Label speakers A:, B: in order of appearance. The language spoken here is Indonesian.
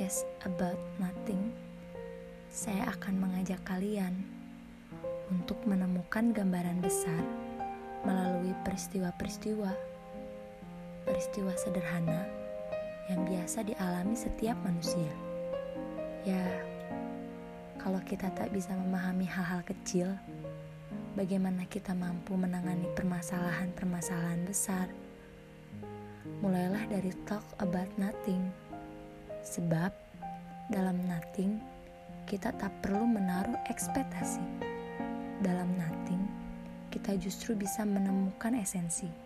A: podcast About Nothing, saya akan mengajak kalian untuk menemukan gambaran besar melalui peristiwa sederhana yang biasa dialami setiap manusia. Ya, kalau kita tak bisa memahami hal-hal kecil, bagaimana kita mampu menangani permasalahan-permasalahan besar? Mulailah dari talk about nothing. Sebab dalam nothing kita tak perlu menaruh ekspektasi. Dalam nothing kita justru bisa menemukan esensi.